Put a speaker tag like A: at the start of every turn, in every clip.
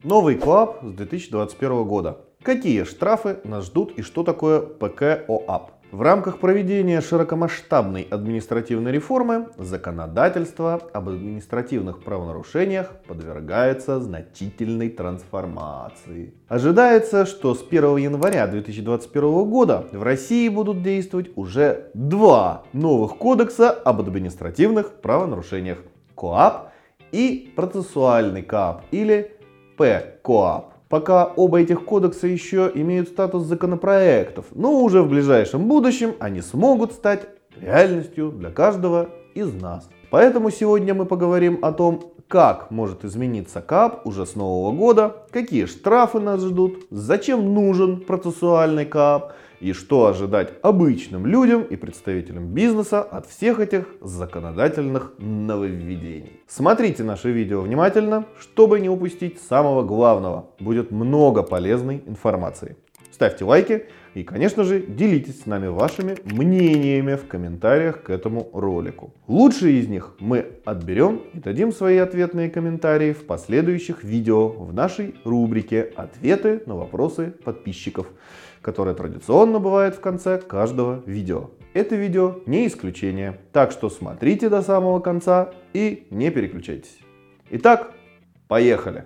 A: Новый КоАП с 2021 года. Какие штрафы нас ждут и что такое ПКОАП? В рамках проведения широкомасштабной административной реформы законодательство об административных правонарушениях подвергается значительной трансформации. Ожидается, что с 1 января 2021 года в России будут действовать уже два новых кодекса об административных правонарушениях: КоАП и процессуальный КоАП или ПКоАП. Пока оба этих кодекса еще имеют статус законопроектов, но уже в ближайшем будущем они смогут стать реальностью для каждого из нас. Поэтому сегодня мы поговорим о том, как может измениться КоАП уже с нового года, какие штрафы нас ждут, зачем нужен процессуальный КоАП и что ожидать обычным людям и представителям бизнеса от всех этих законодательных нововведений. Смотрите наше видео внимательно, чтобы не упустить самого главного. Будет много полезной информации. Ставьте лайки и, конечно же, делитесь с нами вашими мнениями в комментариях к этому ролику. Лучшие из них мы отберем и дадим свои ответные комментарии в последующих видео в нашей рубрике «Ответы на вопросы подписчиков», которая традиционно бывает в конце каждого видео. Это видео не исключение, так что смотрите до самого конца и не переключайтесь. Итак, поехали!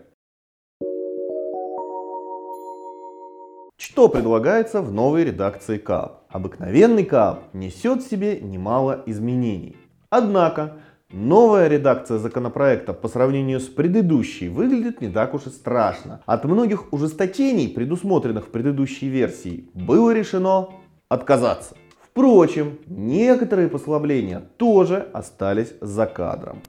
A: Что предлагается в новой редакции КоАП? Обыкновенный КоАП несет в себе немало изменений. Однако, новая редакция законопроекта по сравнению с предыдущей выглядит не так уж и страшно. От многих ужесточений, предусмотренных в предыдущей версии, было решено отказаться. Впрочем, некоторые послабления тоже остались за кадром.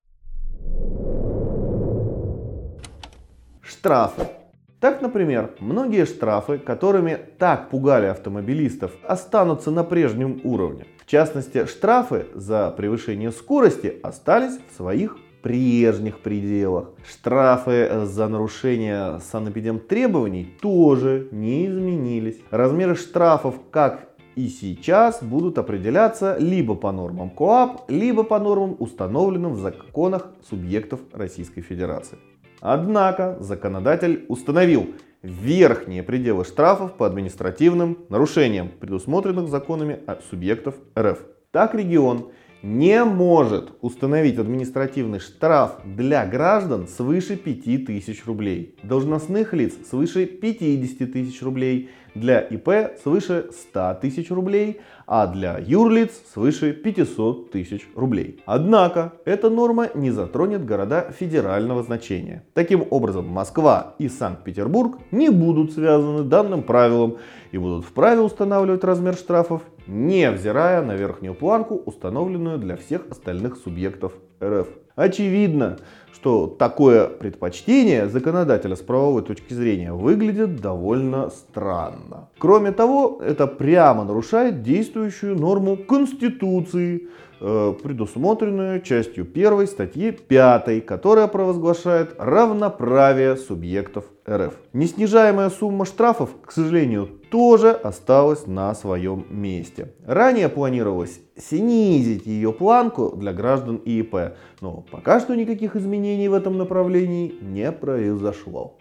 A: Штрафы. Так, например, многие штрафы, которыми так пугали автомобилистов, останутся на прежнем уровне. В частности, штрафы за превышение скорости остались в своих прежних пределах. Штрафы за нарушение санэпидемтребований тоже не изменились. Размеры штрафов, как и сейчас, будут определяться либо по нормам КоАП, либо по нормам, установленным в законах субъектов Российской Федерации. Однако законодатель установил верхние пределы штрафов по административным нарушениям, предусмотренных законами субъектов РФ. Так, регион не может установить административный штраф для граждан свыше 5000 рублей, должностных лиц свыше 50 тысяч рублей, для ИП свыше 100 тысяч рублей, а для юрлиц свыше 500 тысяч рублей. Однако эта норма не затронет города федерального значения. Таким образом, Москва и Санкт-Петербург не будут связаны данным правилом и будут вправе устанавливать размер штрафов, невзирая на верхнюю планку, установленную для всех остальных субъектов РФ. Очевидно, что такое предпочтение законодателя с правовой точки зрения выглядит довольно странно. Кроме того, это прямо нарушает действующую норму Конституции, предусмотренную частью 1 статьи 5, которая провозглашает равноправие субъектов РФ. Неснижаемая сумма штрафов, к сожалению, тоже осталась на своем месте. Ранее планировалось снизить ее планку для граждан и ИП, но пока что никаких изменений в этом направлении не произошло.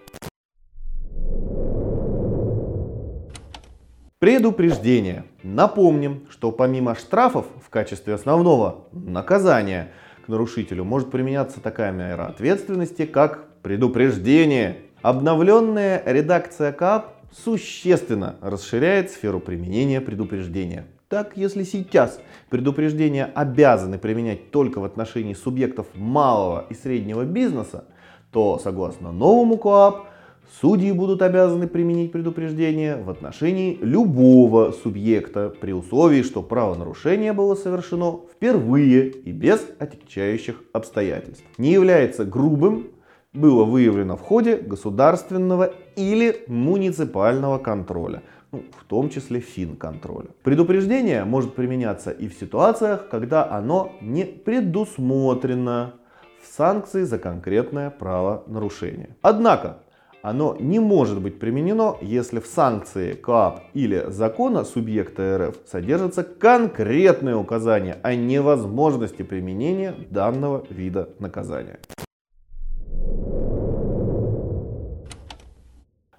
A: Предупреждение. Напомним, что помимо штрафов в качестве основного наказания к нарушителю может применяться такая мера ответственности, как предупреждение. Обновленная редакция КоАП существенно расширяет сферу применения предупреждения. Так, если сейчас предупреждения обязаны применять только в отношении субъектов малого и среднего бизнеса, то, согласно новому КоАП, судьи будут обязаны применить предупреждение в отношении любого субъекта при условии, что правонарушение было совершено впервые и без отягчающих обстоятельств. Не является грубым, было выявлено в ходе государственного или муниципального контроля, в том числе финконтроля. Предупреждение может применяться и в ситуациях, когда оно не предусмотрено в санкции за конкретное правонарушение. Однако, оно не может быть применено, если в санкции КоАП или закона субъекта РФ содержатся конкретные указания о невозможности применения данного вида наказания.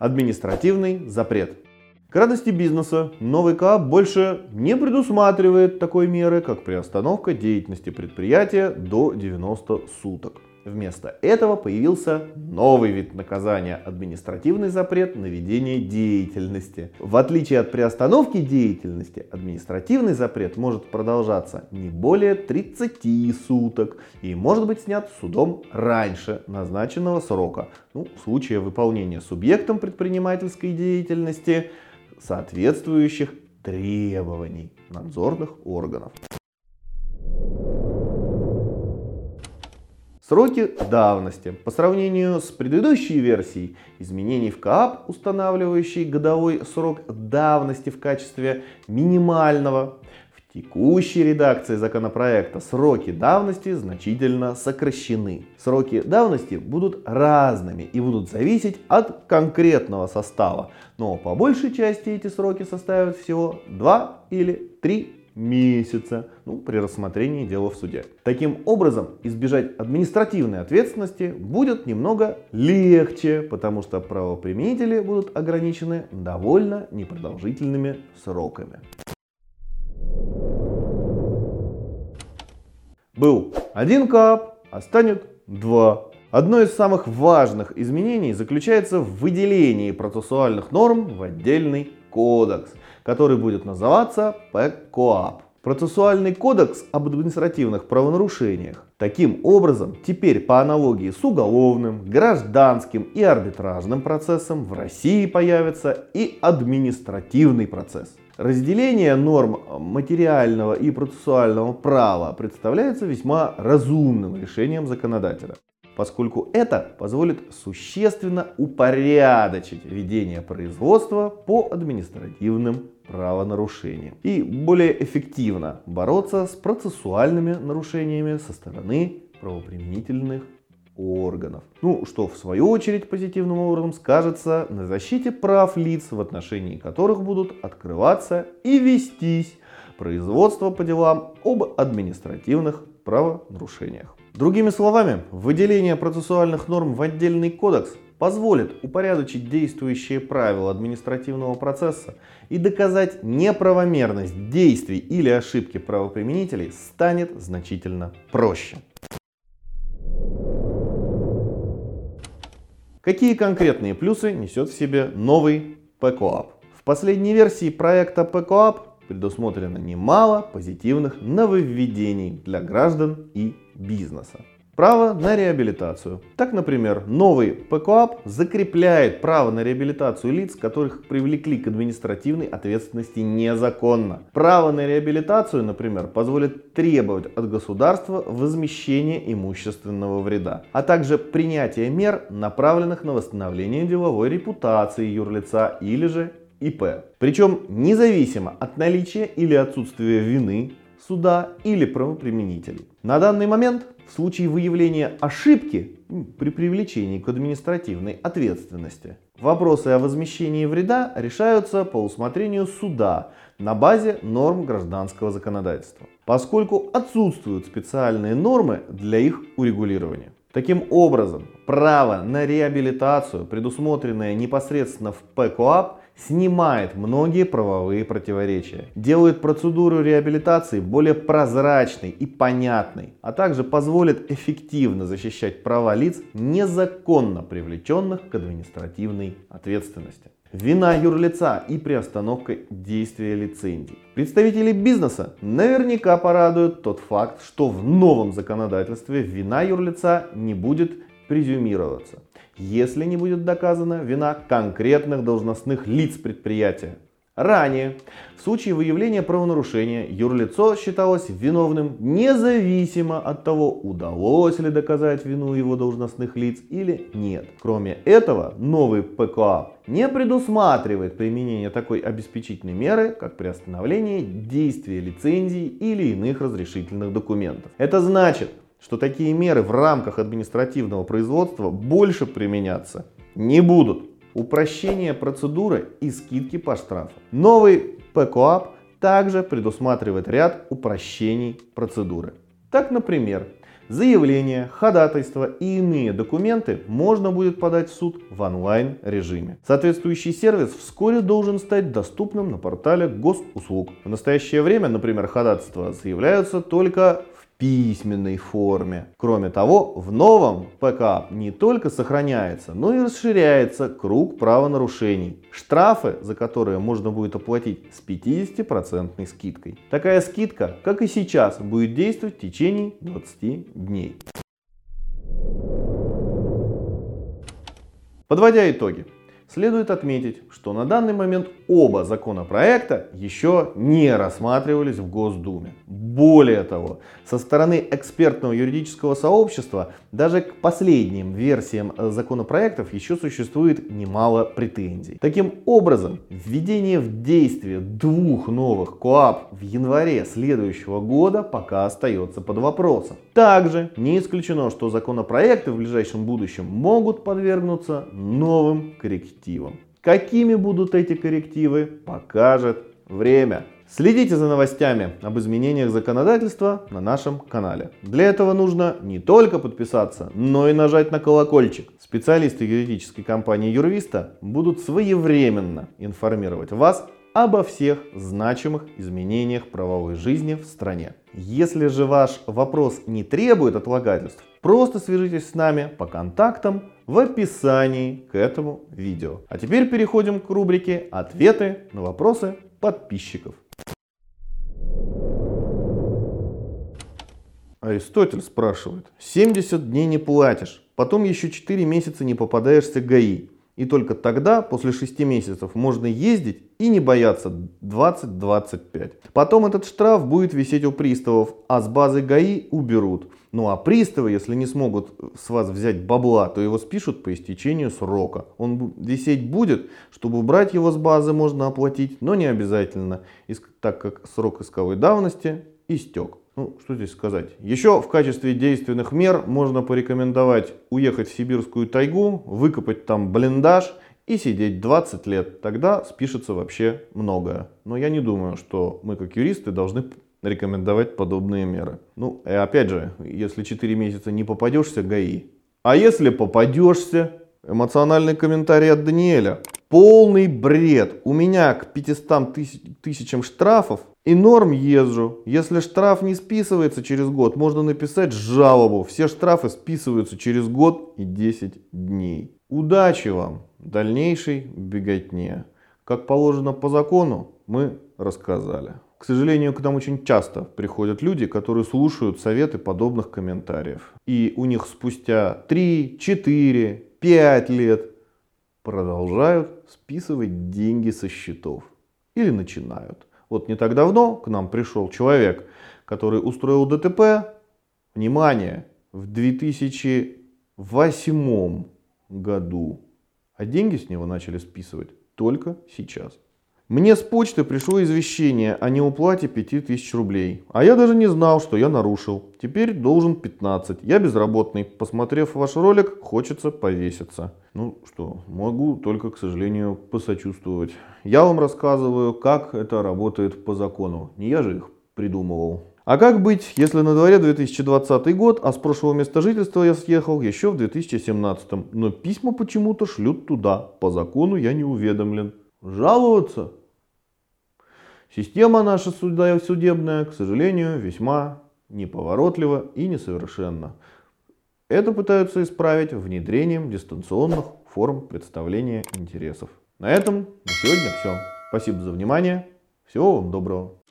A: Административный запрет. К радости бизнеса, новый КоАП больше не предусматривает такой меры, как приостановка деятельности предприятия до 90 суток. Вместо этого появился новый вид наказания – административный запрет на ведение деятельности. В отличие от приостановки деятельности, административный запрет может продолжаться не более 30 суток и может быть снят судом раньше назначенного срока, в случае выполнения субъектом предпринимательской деятельности соответствующих требований надзорных органов. Сроки давности. По сравнению с предыдущей версией изменений в КоАП, устанавливающей годовой срок давности в качестве минимального, в текущей редакции законопроекта сроки давности значительно сокращены. Сроки давности будут разными и будут зависеть от конкретного состава, но по большей части эти сроки составят всего 2 или 3 месяца при рассмотрении дела в суде. Таким образом, избежать административной ответственности будет немного легче, потому что правоприменители будут ограничены довольно непродолжительными сроками. Был один КоАП, а станет 2. Одно из самых важных изменений заключается в выделении процессуальных норм в отдельный кодекс, который будет называться ПКоАП. Процессуальный кодекс об административных правонарушениях. Таким образом, теперь по аналогии с уголовным, гражданским и арбитражным процессом в России появится и административный процесс. Разделение норм материального и процессуального права представляется весьма разумным решением законодателя, поскольку это позволит существенно упорядочить ведение производства по административным правонарушениям и более эффективно бороться с процессуальными нарушениями со стороны правоприменительных органов. Что в свою очередь позитивным образом скажется на защите прав лиц, в отношении которых будут открываться и вестись производства по делам об административных правонарушениях. Другими словами, выделение процессуальных норм в отдельный кодекс позволит упорядочить действующие правила административного процесса и доказать неправомерность действий или ошибки правоприменителей станет значительно проще. Какие конкретные плюсы несет в себе новый ПКоАП? В последней версии проекта ПКоАП предусмотрено немало позитивных нововведений для граждан и бизнеса. Право на реабилитацию. Так, например, новый ПКоАП закрепляет право на реабилитацию лиц, которых привлекли к административной ответственности незаконно. Право на реабилитацию, например, позволит требовать от государства возмещения имущественного вреда, а также принятия мер, направленных на восстановление деловой репутации юрлица или же ИП. Причем независимо от наличия или отсутствия вины суда или правоприменителей. На данный момент в случае выявления ошибки при привлечении к административной ответственности вопросы о возмещении вреда решаются по усмотрению суда на базе норм гражданского законодательства, поскольку отсутствуют специальные нормы для их урегулирования. Таким образом, право на реабилитацию, предусмотренное непосредственно в ПКоАП, снимает многие правовые противоречия, делает процедуру реабилитации более прозрачной и понятной, а также позволит эффективно защищать права лиц, незаконно привлеченных к административной ответственности. Вина юрлица и приостановка действия лицензий. Представителей бизнеса наверняка порадует тот факт, что в новом законодательстве вина юрлица не будет презюмироваться, если не будет доказана вина конкретных должностных лиц предприятия. Ранее, в случае выявления правонарушения, юрлицо считалось виновным независимо от того, удалось ли доказать вину его должностных лиц или нет. Кроме этого, новый ПКоАП не предусматривает применение такой обеспечительной меры, как приостановление действия лицензий или иных разрешительных документов. Это значит, что такие меры в рамках административного производства больше применяться не будут. Упрощение процедуры и скидки по штрафу. Новый ПКоАП также предусматривает ряд упрощений процедуры. Так, например, Заявления, ходатайства и иные документы можно будет подать в суд в онлайн режиме. Соответствующий сервис вскоре должен стать доступным на портале госуслуг. В настоящее время, например, ходатайства заявляются только в письменной форме. Кроме того, в новом ПК не только сохраняется, но и расширяется круг правонарушений. Штрафы, за которые можно будет оплатить с 50% скидкой. Такая скидка, как и сейчас, будет действовать в течение 20 дней. Подводя итоги. Следует отметить, что на данный момент оба законопроекта еще не рассматривались в Госдуме. Более того, со стороны экспертного юридического сообщества даже к последним версиям законопроектов еще существует немало претензий. Таким образом, введение в действие двух новых КоАП в январе следующего года пока остается под вопросом. Также не исключено, что законопроекты в ближайшем будущем могут подвергнуться новым коррективам. Какими будут эти коррективы, покажет время. Следите за новостями об изменениях законодательства на нашем канале. Для этого нужно не только подписаться, но и нажать на колокольчик. Специалисты юридической компании Юрвиста будут своевременно информировать вас обо всех значимых изменениях правовой жизни в стране. Если же ваш вопрос не требует отлагательств, просто свяжитесь с нами по контактам в описании к этому видео. А теперь переходим к рубрике «Ответы на вопросы подписчиков». Аристотель спрашивает: 70 дней не платишь, потом еще 4 месяца не попадаешься ГАИ. И только тогда, после 6 месяцев, можно ездить и не бояться 20-25. Потом этот штраф будет висеть у приставов, а с базы ГАИ уберут. Ну а приставы, если не смогут с вас взять бабла, то его спишут по истечению срока. Он висеть будет, чтобы убрать его с базы можно оплатить, но не обязательно, так как срок исковой давности истек. Ну, что здесь сказать. Еще в качестве действенных мер можно порекомендовать уехать в сибирскую тайгу, выкопать там блиндаж и сидеть 20 лет. Тогда спишется вообще многое. Но я не думаю, что мы как юристы должны рекомендовать подобные меры. Ну, и опять же, если 4 месяца не попадешься, ГАИ. А если попадешься? Эмоциональный комментарий от Даниэля. Полный бред. У меня к 500 тысячам штрафов и норм езжу. Если штраф не списывается через год, можно написать жалобу. Все штрафы списываются через год и 10 дней. Удачи вам в дальнейшей беготне. Как положено по закону, мы рассказали. К сожалению, к нам очень часто приходят люди, которые слушают советы подобных комментариев. И у них спустя 3, 4, 5 лет продолжают списывать деньги со счетов. Или начинают. Вот не так давно к нам пришел человек, который устроил ДТП, внимание, в 2008 году. А деньги с него начали списывать только сейчас. Мне с почты пришло извещение о неуплате 5000 рублей. А я даже не знал, что я нарушил. Теперь должен 15. Я безработный. Посмотрев ваш ролик, хочется повеситься. Ну что, могу только, к сожалению, посочувствовать. Я вам рассказываю, как это работает по закону. Не я же их придумывал. А как быть, если на дворе 2020 год, а с прошлого места жительства я съехал еще в 2017? Но письма почему-то шлют туда. По закону я не уведомлен. Жаловаться? Система наша судебная, к сожалению, весьма неповоротлива и несовершенна. Это пытаются исправить внедрением дистанционных форм представления интересов. На этом на сегодня все. Спасибо за внимание. Всего вам доброго.